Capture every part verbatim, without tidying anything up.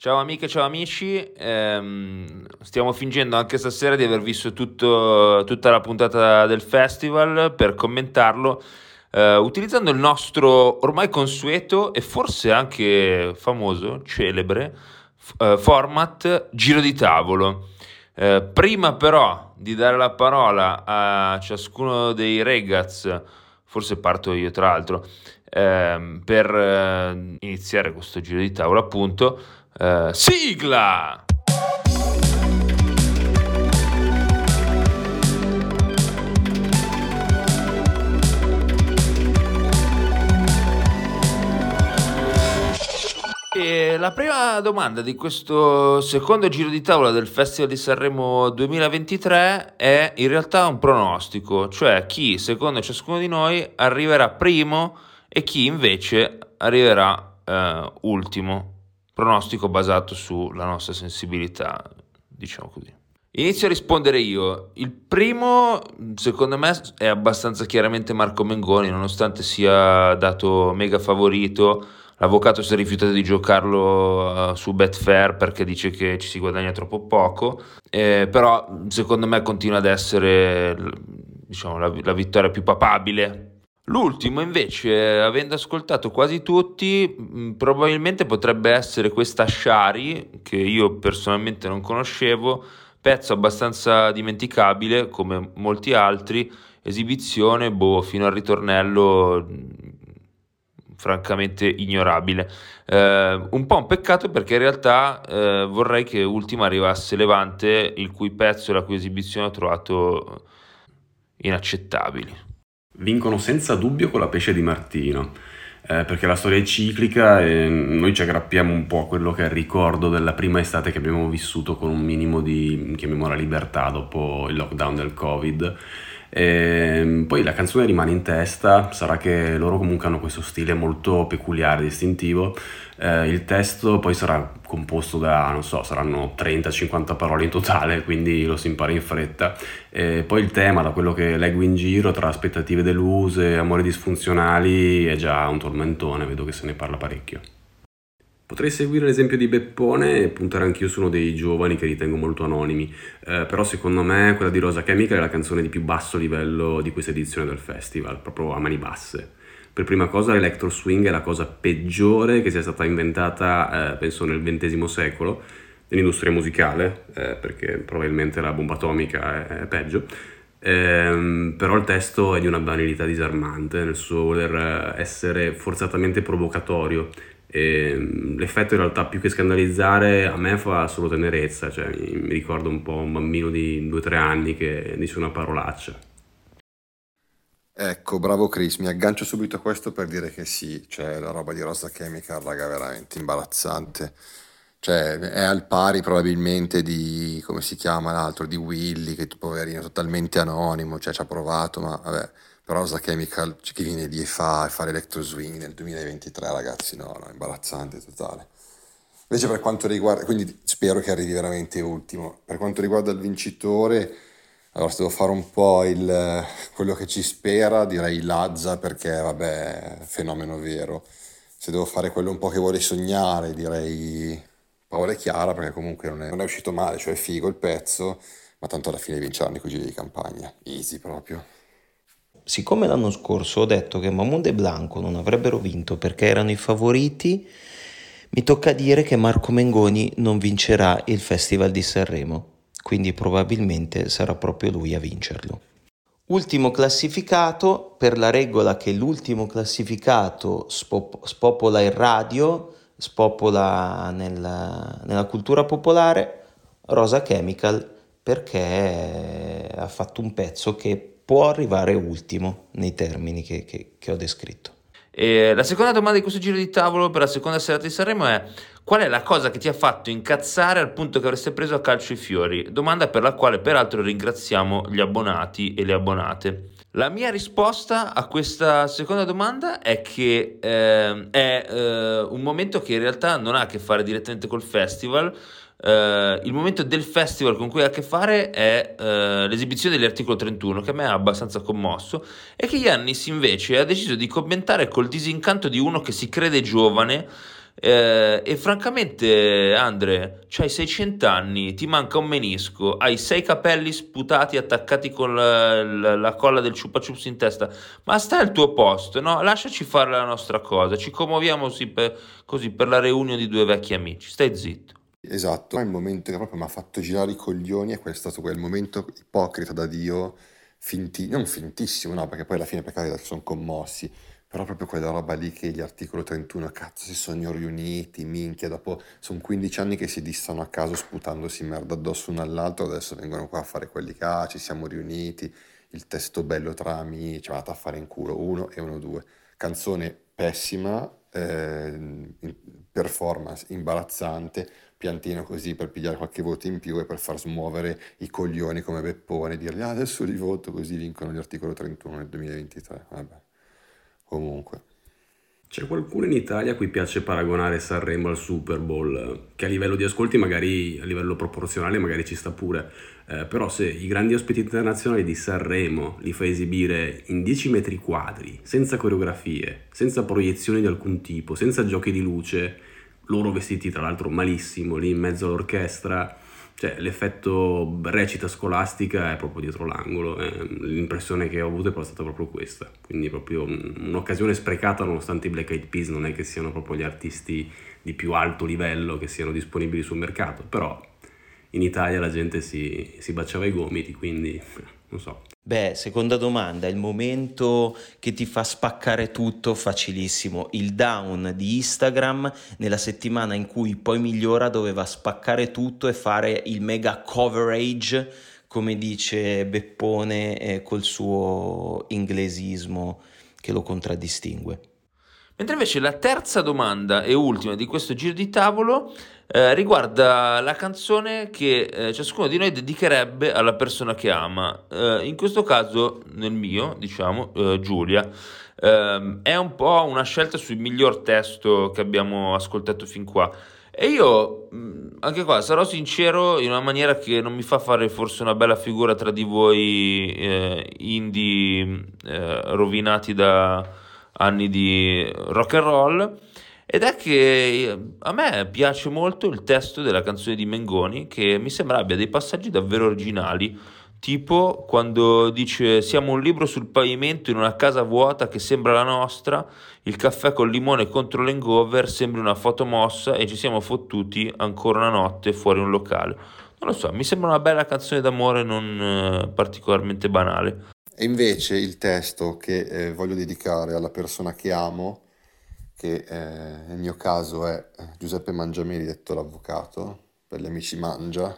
Ciao amiche, ciao amici, ehm, stiamo fingendo anche stasera di aver visto tutto- tutta la puntata del festival per commentarlo, eh, utilizzando il nostro ormai consueto e forse anche famoso, celebre, f- eh, format Giro di tavolo. Eh, prima però di dare la parola a ciascuno dei ragazzi, forse parto io tra l'altro, ehm, per eh, iniziare questo giro di tavolo appunto. Eh, sigla! E la prima domanda di questo secondo giro di tavola del Festival di Sanremo duemilaventitré è in realtà un pronostico, cioè chi secondo ciascuno di noi arriverà primo e chi invece arriverà eh, ultimo. Pronostico basato sulla nostra sensibilità, diciamo così. Inizio a rispondere io. Il primo, secondo me, è abbastanza chiaramente Marco Mengoni, nonostante sia dato mega favorito. L'avvocato si è rifiutato di giocarlo uh, su Betfair perché dice che ci si guadagna troppo poco, eh, però secondo me continua ad essere, diciamo, la, la vittoria più papabile. L'ultimo invece, avendo ascoltato quasi tutti, mh, probabilmente potrebbe essere questa Shari, che io personalmente non conoscevo, pezzo abbastanza dimenticabile come molti altri, esibizione, boh, fino al ritornello mh, francamente ignorabile. Eh, un po' un peccato perché in realtà eh, vorrei che ultima arrivasse Levante, il cui pezzo e la cui esibizione ho trovato inaccettabili. Vincono senza dubbio con la pesce di Martino, eh, perché la storia è ciclica e noi ci aggrappiamo un po' a quello che è il ricordo della prima estate che abbiamo vissuto con un minimo di, chiamiamola, libertà dopo il lockdown del Covid. E poi la canzone rimane in testa, sarà che loro comunque hanno questo stile molto peculiare, distintivo. Eh, il testo poi sarà composto da, non so, saranno trenta cinquanta parole in totale, quindi lo si impara in fretta. E poi il tema, da quello che leggo in giro, tra aspettative deluse e amori disfunzionali, è già un tormentone, vedo che se ne parla parecchio. Potrei seguire l'esempio di Beppone e puntare anch'io su uno dei giovani che ritengo molto anonimi, eh, però secondo me quella di Rosa Chemical è la canzone di più basso livello di questa edizione del festival, proprio a mani basse. Per prima cosa l'electro swing è la cosa peggiore che sia stata inventata, eh, penso, nel ventesimo secolo, nell'industria musicale, eh, perché probabilmente la bomba atomica è, è peggio. Ehm, però il testo è di una banalità disarmante nel suo voler essere forzatamente provocatorio. E l'effetto in realtà, più che scandalizzare, a me fa solo tenerezza, cioè mi, mi ricorda un po' un bambino di due tre anni che dice una parolaccia. Ecco, bravo Chris, mi aggancio subito a questo per dire che sì, cioè la roba di Rosa Chemical, raga, è veramente imbarazzante. Cioè, è al pari probabilmente di, come si chiama l'altro, di Willy, che poverino, è totalmente anonimo, cioè ci ha provato, ma vabbè, però Rosa Chemical, c'è chi viene lì e fa, e fa l'electro swing nel duemilaventitré, ragazzi, no, no, imbarazzante totale. Invece per quanto riguarda, quindi spero che arrivi veramente ultimo. Per quanto riguarda il vincitore, allora se devo fare un po' il, quello che ci spera, direi Lazza perché vabbè, fenomeno vero. Se devo fare quello un po' che vuole sognare, direi Paola e Chiara perché comunque non è, non è uscito male, cioè è figo il pezzo, ma tanto alla fine vinceranno i cugini di campagna. Easy proprio. Siccome l'anno scorso ho detto che Mahmood e Blanco non avrebbero vinto perché erano i favoriti, mi tocca dire che Marco Mengoni non vincerà il Festival di Sanremo, quindi probabilmente sarà proprio lui a vincerlo. Ultimo classificato, per la regola che l'ultimo classificato spop- spopola il radio, spopola nella, nella cultura popolare, Rosa Chemical, perché ha fatto un pezzo che può arrivare ultimo nei termini che, che, che ho descritto. E la seconda domanda di questo giro di tavolo per la seconda serata di Sanremo è: qual è la cosa che ti ha fatto incazzare al punto che avreste preso a calcio i fiori? Domanda per la quale peraltro ringraziamo gli abbonati e le abbonate. La mia risposta a questa seconda domanda è che ehm, è eh, un momento che in realtà non ha a che fare direttamente col festival. Eh, il momento del festival con cui ha a che fare è eh, l'esibizione dell'articolo trentuno, che a me ha abbastanza commosso, e che Yannis invece ha deciso di commentare col disincanto di uno che si crede giovane, Eh, e francamente, Andre, c'hai seicento anni, ti manca un menisco, hai sei capelli sputati attaccati con la, la- la colla del Chupa Chups in testa, ma stai al tuo posto, no? Lasciaci fare la nostra cosa, ci commuoviamo così per, così per la reunion di due vecchi amici, stai zitto. Esatto, ma il momento che proprio mi ha fatto girare i coglioni è quel- stato quel momento ipocrita da Dio, finti, non fintissimo, no, perché poi alla fine per carità si sono commossi, però proprio quella roba lì che gli articolo trentuno, cazzo, si sono riuniti, minchia, dopo sono quindici anni che si dissano a caso sputandosi merda addosso uno all'altro, adesso vengono qua a fare quelli che, ah, ci siamo riuniti, il testo bello tra amici, vado a fare in culo, uno e uno due. Canzone pessima, eh, performance imbarazzante, piantino così per pigliare qualche voto in più e per far smuovere i coglioni come Beppone, dirgli ah, adesso li voto così vincono l'articolo trentuno nel duemilaventitré. Vabbè, comunque. C'è qualcuno in Italia a cui piace paragonare Sanremo al Super Bowl, che a livello di ascolti magari, a livello proporzionale magari ci sta pure, eh, però se i grandi ospiti internazionali di Sanremo li fai esibire in dieci metri quadri, senza coreografie, senza proiezioni di alcun tipo, senza giochi di luce, loro vestiti tra l'altro malissimo, lì in mezzo all'orchestra, cioè l'effetto recita scolastica è proprio dietro l'angolo, eh, l'impressione che ho avuto è stata proprio questa, quindi proprio un- un'occasione sprecata nonostante i Black Eyed Peas non è che siano proprio gli artisti di più alto livello che siano disponibili sul mercato, però in Italia la gente si, si baciava i gomiti, quindi non so. Beh, seconda domanda, il momento che ti fa spaccare tutto, facilissimo. Il down di Instagram nella settimana in cui poi migliora doveva spaccare tutto e fare il mega coverage, come dice Beppone, eh, col suo inglesismo che lo contraddistingue. Mentre invece la terza domanda e ultima di questo giro di tavolo eh, riguarda la canzone che eh, ciascuno di noi dedicherebbe alla persona che ama. Eh, in questo caso, nel mio, diciamo, eh, Giulia. Ehm, è un po' una scelta sul miglior testo che abbiamo ascoltato fin qua. E io, mh, anche qua, sarò sincero in una maniera che non mi fa fare forse una bella figura tra di voi eh, indie eh, rovinati da anni di rock and roll, ed è che a me piace molto il testo della canzone di Mengoni, che mi sembra abbia dei passaggi davvero originali, tipo quando dice siamo un libro sul pavimento in una casa vuota che sembra la nostra, il caffè col limone contro l'hangover sembra una foto mossa e ci siamo fottuti ancora una notte fuori un locale. Non lo so, mi sembra una bella canzone d'amore non eh, particolarmente banale. E invece il testo che eh, voglio dedicare alla persona che amo, che eh, nel mio caso è eh, Giuseppe Mangiameli, detto l'avvocato, per gli amici Mangia,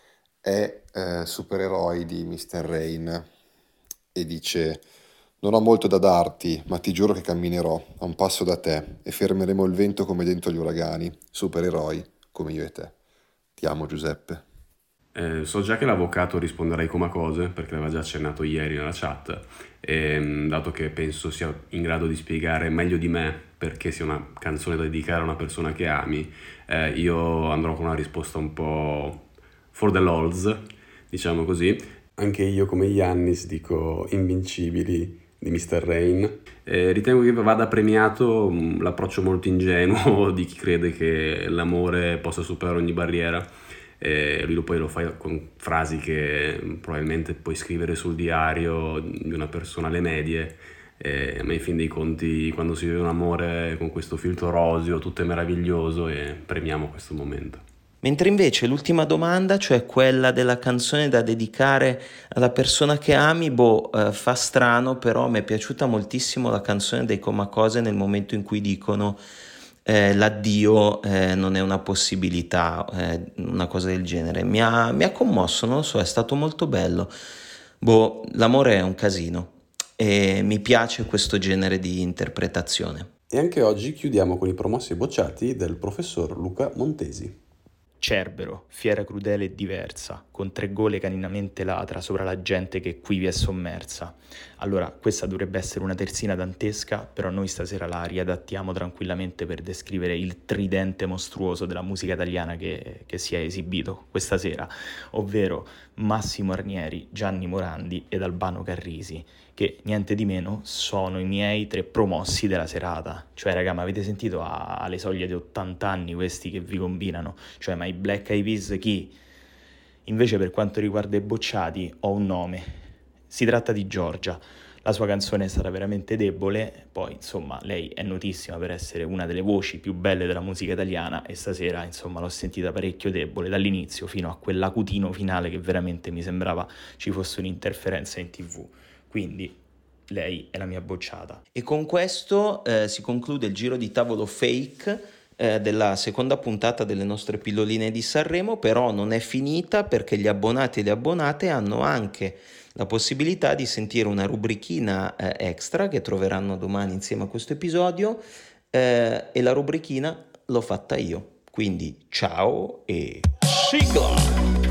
è eh, Supereroi di mister Rain e dice non ho molto da darti, ma ti giuro che camminerò a un passo da te e fermeremo il vento come dentro gli uragani, supereroi come io e te. Ti amo Giuseppe. Eh, so già che l'avvocato risponderà ai comacose perché l'aveva già accennato ieri nella chat, e, mh, dato che penso sia in grado di spiegare meglio di me perché sia una canzone da dedicare a una persona che ami, eh, io andrò con una risposta un po' for the lols, diciamo così. Anche io come Yannis dico Invincibili di mister Rain. Eh, ritengo che vada premiato mh, l'approccio molto ingenuo di chi crede che l'amore possa superare ogni barriera. E lui lo- poi lo fa con frasi che probabilmente puoi scrivere sul diario di una persona alle medie. E a me in fin dei conti quando si vive un amore con questo filtro roseo tutto è meraviglioso e premiamo questo momento. Mentre invece l'ultima domanda, cioè quella della canzone da dedicare alla persona che ami, boh, eh, fa strano, però mi è piaciuta moltissimo la canzone dei Comacose nel momento in cui dicono eh, l'addio eh, non è una possibilità, eh, una cosa del genere. Mi ha, mi ha commosso, non lo so, è stato molto bello. Boh, l'amore è un casino e mi piace questo genere di interpretazione. E anche oggi chiudiamo con i promossi e bocciati del professor Luca Montesi. Cerbero, fiera crudele e diversa, con tre gole caninamente ladra sopra la gente che qui vi è sommersa. Allora, questa dovrebbe essere una terzina dantesca, però noi stasera la riadattiamo tranquillamente per descrivere il tridente mostruoso della musica italiana che, che si è esibito questa sera, ovvero Massimo Arnieri, Gianni Morandi ed Albano Carrisi. che niente di meno sono i miei tre promossi della serata. Cioè raga, ma avete sentito a- alle soglie di ottanta anni questi che vi combinano? Cioè, ma i Black Eyed Peas chi? Invece per quanto riguarda i bocciati ho un nome, si tratta di Giorgia. La sua canzone è stata veramente debole, poi insomma lei è notissima per essere una delle voci più belle della musica italiana e stasera insomma l'ho sentita parecchio debole dall'inizio fino a quell'acutino finale che veramente mi sembrava ci fosse un'interferenza in tv, quindi lei è la mia bocciata. E con questo eh, si conclude il giro di tavolo fake eh, della seconda puntata delle nostre pilloline di Sanremo, però non è finita perché gli abbonati e le abbonate hanno anche la possibilità di sentire una rubrichina eh, extra che troveranno domani insieme a questo episodio eh, e la rubrichina l'ho fatta io. Quindi ciao e sigla!